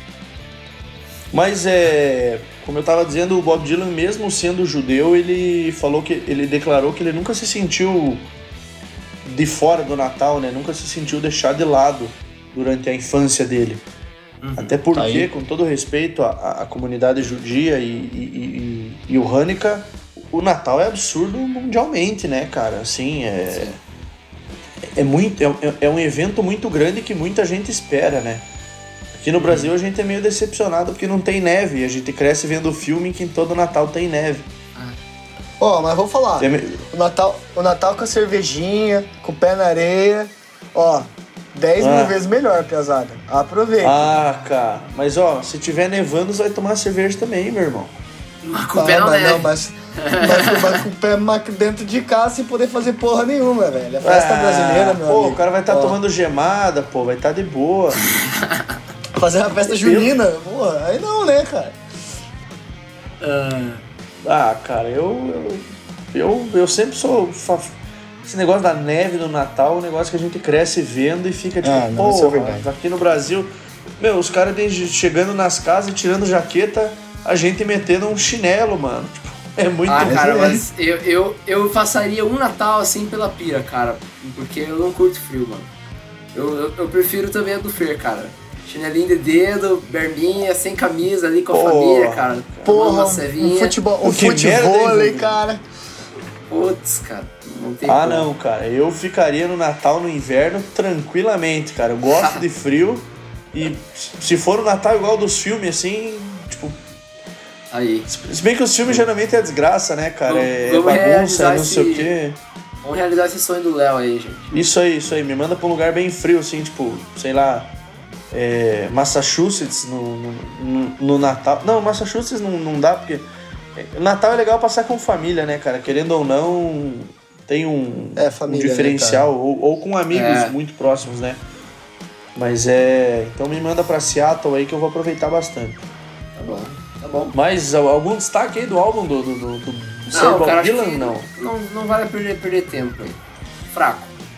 Mas como eu tava dizendo, o Bob Dylan, mesmo sendo judeu, ele declarou que ele nunca se sentiu de fora do Natal, né? Nunca se sentiu deixado de lado durante a infância dele. Até porque, com todo respeito à comunidade judia e o Hanukkah, o Natal é absurdo mundialmente, né, cara? Assim, é um evento muito grande que muita gente espera, né? Aqui no Brasil a gente é meio decepcionado porque não tem neve. A gente cresce vendo o filme em que todo Natal tem neve. Mas vou falar. O Natal com a cervejinha, com o pé na areia, 10 mil vezes melhor, piazada. Aproveita. Cara. Mas, se tiver nevando, você vai tomar cerveja também, meu irmão. Mas com o pé na neve. Mas com o pé dentro de casa sem poder fazer porra nenhuma, velho. É festa brasileira, meu amigo. O cara vai estar tomando gemada, vai estar de boa. Fazer uma festa junina, porra, aí não, né, cara? Cara, eu sempre sou... Esse negócio da neve no Natal é um negócio que a gente cresce vendo e fica tipo, aqui no Brasil... os caras chegando nas casas e tirando jaqueta, a gente metendo um chinelo, mano. Tipo, é muito... cara, mas eu passaria um Natal assim pela pira, cara, porque eu não curto frio, mano. Eu prefiro também a do Fer, cara. Chinelinho de dedo, berminha, sem camisa ali com a família, cara. Porra, um futebol ali, cara. Putz, cara, não tem não, cara. Eu ficaria no Natal, no inverno, tranquilamente, cara. Eu gosto de frio e se for o Natal igual dos filmes, assim, tipo... Aí. Se bem que os filmes geralmente é desgraça, né, cara? É bagunça, não sei o quê. Vamos realizar esse sonho do Léo aí, gente. Isso aí. Me manda pra um lugar bem frio, assim, tipo, sei lá... Massachusetts no Natal. Não, Massachusetts não dá, porque Natal é legal passar com família, né, cara? Querendo ou não, tem um diferencial, né, ou com amigos muito próximos, né? Mas então me manda pra Seattle aí que eu vou aproveitar bastante. Tá bom. Mas algum destaque aí do álbum do Bob Dylan? Não vale perder tempo aí. Fraco.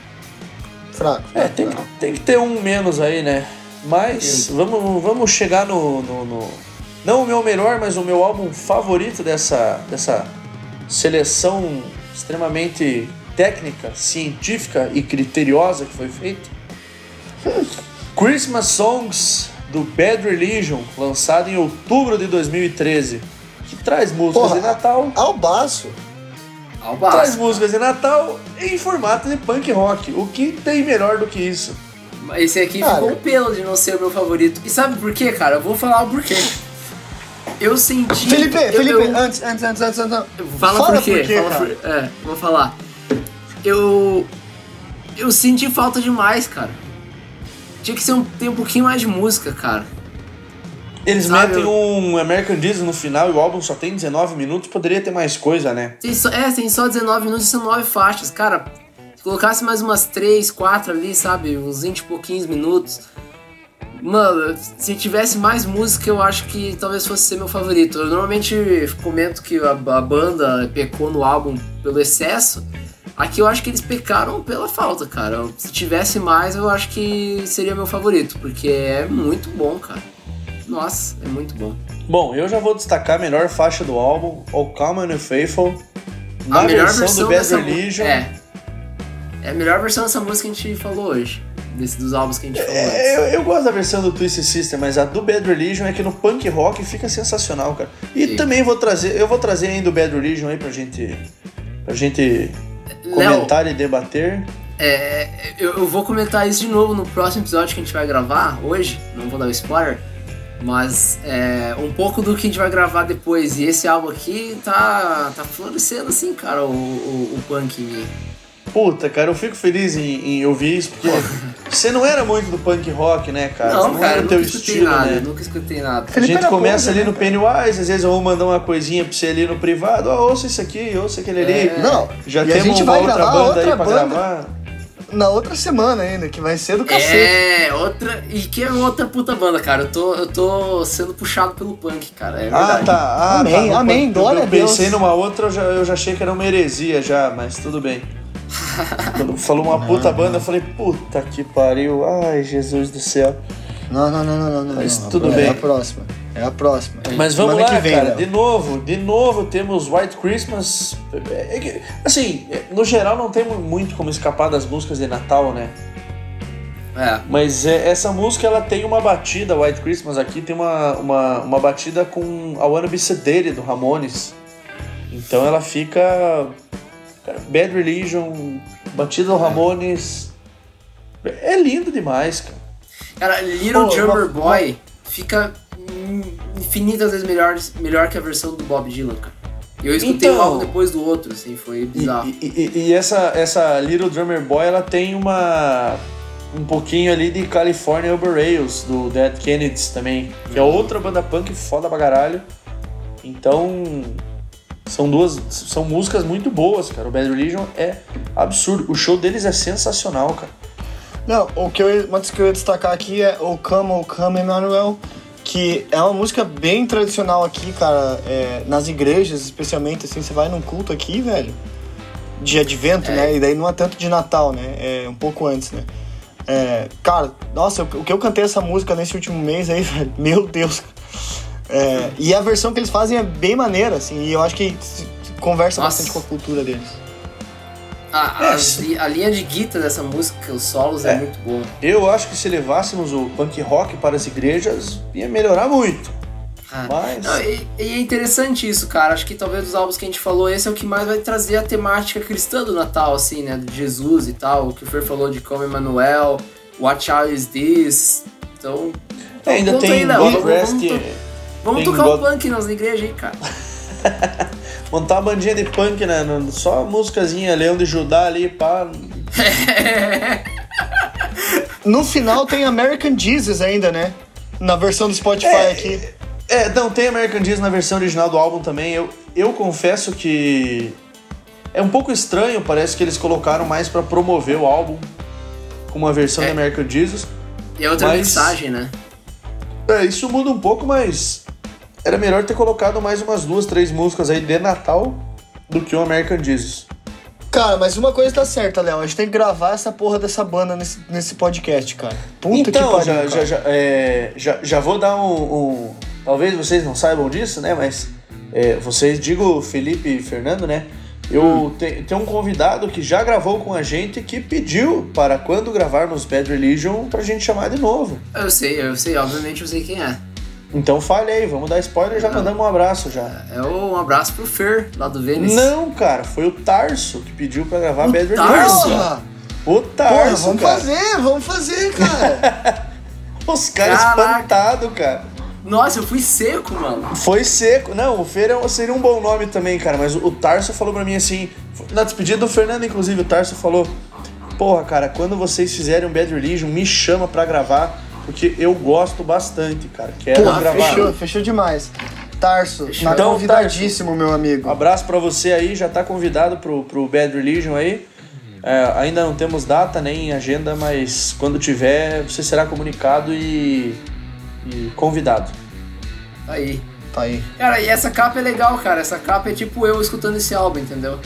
Tem que ter um menos aí, né? Mas vamos chegar no... Não o meu melhor, mas o meu álbum favorito dessa seleção extremamente técnica, científica e criteriosa que foi feita. Christmas Songs, do Bad Religion, lançado em outubro de 2013. Que traz músicas de Natal. Albaço. Traz músicas de Natal em formato de punk rock. O que tem melhor do que isso? Esse aqui ficou um pelo de não ser o meu favorito. E sabe por quê, cara? Eu vou falar o porquê. Eu senti... Felipe, antes. Fala por quê, vou falar. eu senti falta demais, cara. Tinha que ter um pouquinho mais de música, cara. Eles metem um American Diesel no final e o álbum só tem 19 minutos, poderia ter mais coisa, né? Tem só 19 minutos e são 9 faixas. Cara, se colocasse mais umas 3, 4 ali, sabe? Uns 20 e pouquinhos minutos. Mano, se tivesse mais música, eu acho que talvez fosse ser meu favorito. Eu normalmente comento que a banda pecou no álbum pelo excesso. Aqui eu acho que eles pecaram pela falta, cara. Se tivesse mais, eu acho que seria meu favorito, porque é muito bom, cara. Nossa, é muito bom. Bom, eu já vou destacar a melhor faixa do álbum, O Common and Faithful, na a melhor versão do Bad Religion. É a melhor versão dessa música que a gente falou hoje. Dos álbuns que a gente falou antes. Eu gosto da versão do Twisted Sister, mas a do Bad Religion é que no punk rock fica sensacional, cara. E Sim. também vou trazer ainda o Bad Religion aí pra gente comentar e debater. Eu vou comentar isso de novo no próximo episódio que a gente vai gravar hoje, não vou dar o spoiler, mas um pouco do que a gente vai gravar depois. E esse álbum aqui tá florescendo assim, cara, o punk em mim. Puta, cara, eu fico feliz em ouvir isso, porque você não era muito do punk rock, né, cara? Não, cara, era eu teu nunca escutei estilo, nada, né? Nunca escutei nada. A gente começa ali no Pennywise, às vezes eu vou mandar uma coisinha pra você ali no privado, ouça isso aqui, ouça aquele ali. Não, já temos uma outra banda aí pra gravar. Na outra semana ainda, que vai ser do cacete. E que é outra puta banda, cara. Eu tô sendo puxado pelo punk, cara. É verdade. Amém, glória a Deus. Eu pensei numa outra, eu já achei que era uma heresia já, mas tudo bem. Quando falou uma puta banda, eu falei, puta que pariu, ai, Jesus do céu. Não. Mas tudo bem. É a próxima. Mas vamos lá, vem, cara, de novo temos White Christmas. Assim, no geral não tem muito como escapar das músicas de Natal, né? Mas essa música, ela tem uma batida, White Christmas aqui, tem uma batida com I Wanna Be Sedated, do Ramones. Então ela fica... Cara, Bad Religion, batida do Ramones... É lindo demais, cara. Cara, Little Drummer Boy fica infinitas vezes melhor que a versão do Bob Dylan, cara. Eu escutei um álbum depois do outro, assim, foi bizarro. E essa Little Drummer Boy, ela tem um pouquinho ali de California Uber Rails, do Dead Kennedys também, que é outra banda punk foda pra caralho. Então, são músicas muito boas, cara. O Bad Religion é absurdo. O show deles é sensacional, cara. Não, uma das que eu ia destacar aqui é O Come Emmanuel, que é uma música bem tradicional aqui, cara, nas igrejas, especialmente, assim, você vai num culto aqui, velho, de advento, né, e daí não é tanto de Natal, né, é um pouco antes, né. Cara, nossa, o que eu cantei essa música nesse último mês aí, velho, meu Deus. E a versão que eles fazem é bem maneira, assim, e eu acho que conversa bastante com a cultura deles. A linha de guitarra dessa música, os solos, é muito bom. Eu acho que se levássemos o punk rock para as igrejas, ia melhorar muito. Mas... Não, e é interessante isso, cara. Acho que talvez dos álbuns que a gente falou, esse é o que mais vai trazer a temática cristã do Natal, assim, né? De Jesus e tal. O que o Fer falou de Come Emmanuel, What Child Is This? Então ainda tem aí, vamos tocar o punk nas igrejas aí, cara. Montar uma bandinha de punk, né? Só músicazinha, Leão de Judá ali, pá. No final tem American Jesus ainda, né? Na versão do Spotify aqui. Não, tem American Jesus na versão original do álbum também. Eu confesso que é um pouco estranho, parece que eles colocaram mais pra promover o álbum com uma versão de American Jesus. E é outra mensagem, né? Isso muda um pouco, mas era melhor ter colocado mais umas 2, 3 músicas aí de Natal do que o American Jesus. Cara, mas uma coisa tá certa, Léo. A gente tem que gravar essa porra dessa banda nesse podcast, cara. Puta que pariu, já vou dar um... Talvez vocês não saibam disso, né? Mas vocês, digo Felipe e Fernando, né? Eu tenho um convidado que já gravou com a gente que pediu para quando gravarmos Bad Religion pra gente chamar de novo. Eu sei, obviamente eu sei quem é. Então fale aí, vamos dar spoiler e já mandamos um abraço já. Um abraço pro Fer, lá do Vênice. Não, cara, foi o Tarso que pediu pra gravar Bad Religion. O Tarso, Porra, vamos fazer, cara. Os caras espantados, cara. Nossa, eu fui seco, mano. Foi seco. Não, o Fer seria um bom nome também, cara. Mas o Tarso falou pra mim assim... Na despedida do Fernando, inclusive, o Tarso falou... Porra, cara, quando vocês fizerem um Bad Religion, me chama pra gravar. Porque eu gosto bastante, cara. Quero gravar. Fechou demais. Tarso, tá Então, convidadíssimo, Tarso, meu amigo. Abraço pra você aí, já tá convidado pro Bad Religion aí. Ainda não temos data nem agenda, mas quando tiver, você será comunicado e convidado. Tá aí. Tá aí. Cara, e essa capa é legal, cara. Essa capa é tipo eu escutando esse álbum, entendeu?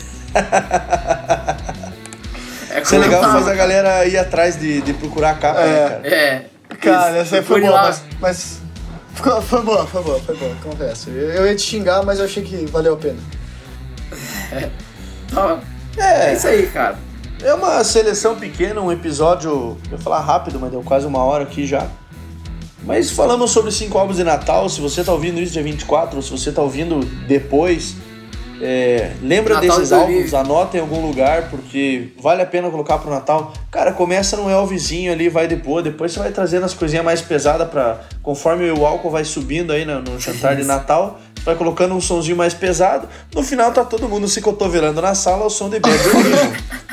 Isso é legal, faz a galera ir atrás de procurar a capa, né, cara? Cara, essa aí foi boa, lá. mas foi boa, confesso. Eu ia te xingar, mas eu achei que valeu a pena. É isso aí, cara. É uma seleção pequena, um episódio, eu ia falar rápido, mas deu quase 1 hora aqui já. Mas falamos sobre 5 álbuns de Natal. Se você tá ouvindo isso dia 24, ou se você tá ouvindo depois, lembra Natal desses de álbuns, anota em algum lugar, porque vale a pena colocar pro Natal. Cara, começa no Elvisinho ali, vai depois você vai trazendo as coisinhas mais pesadas pra, conforme o álcool vai subindo aí no jantar de Natal, você vai colocando um sonzinho mais pesado. No final tá todo mundo se cotovelando na sala ao som de Bad Religion.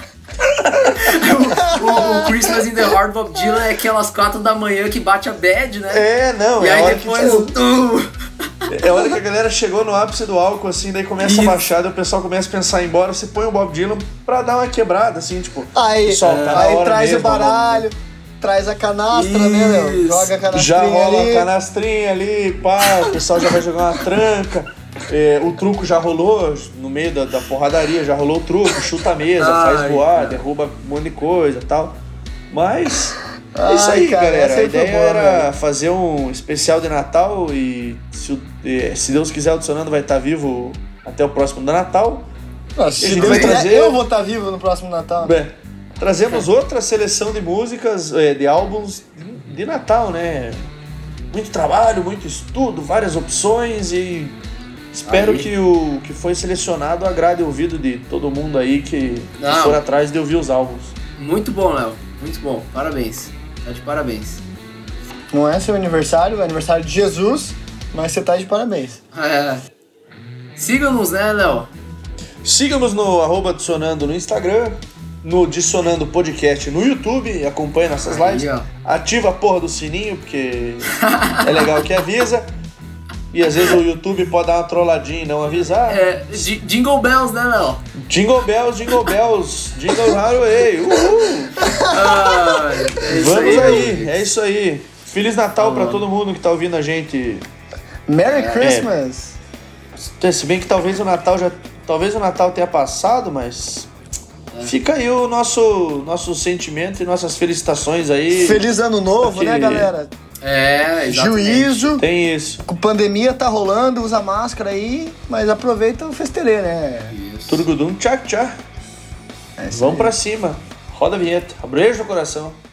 O Christmas in the Heart of Bob Dylan é aquelas 4 da manhã que bate a bad, né? Não, e é aí a hora depois... que... É a hora que a galera chegou no ápice do álcool, assim, daí começa a baixar, daí o pessoal começa a pensar em ir embora, você põe o Bob Dylan pra dar uma quebrada, assim, tipo... Aí, pessoal, tá na aí hora traz mesmo, o baralho, traz a canastra, né, Léo? Joga a canastrinha já rola ali. a canastrinha ali, pá, o pessoal já vai jogar uma tranca. O truco já rolou, no meio da porradaria, já rolou o truco, chuta a mesa, faz voar, derruba um monte de coisa e tal. Mas é isso aí, cara, galera. A ideia era fazer um especial de Natal e se Deus quiser, o Dissonando vai estar vivo até o próximo do Natal. Se Deus quiser, eu vou estar vivo no próximo Natal. Trazemos outra seleção de músicas, de álbuns de Natal, né? Muito trabalho, muito estudo, várias opções e... Espero que o que foi selecionado agrade o ouvido de todo mundo aí que for atrás de ouvir os álbuns. Muito bom, Léo. Muito bom. Parabéns. Tá de parabéns. Não é seu aniversário, é aniversário de Jesus, mas você tá de parabéns. Siga-nos, né, Léo? Siga-nos no @Dissonando no Instagram, no Dissonando Podcast no YouTube, acompanhe nossas lives. Ó. Ativa a porra do sininho, porque é legal que avisa. E às vezes o YouTube pode dar uma trolladinha e não avisar. Jingle Bells, né, Léo? Jingle Bells, Jingle Highway, uhul! Vamos aí, é isso aí. Feliz Natal pra todo mundo que tá ouvindo a gente. Merry Christmas! Se bem que talvez o Natal tenha passado, mas... Fica aí o nosso sentimento e nossas felicitações aí. Feliz Ano Novo, né, galera? Exatamente. Juízo. Tem isso. Com pandemia tá rolando, usa máscara aí, mas aproveita o festerê, né? Isso. Turgudum, tchá, tchá. Vamos pra cima. Roda a vinheta. Abreijo no coração.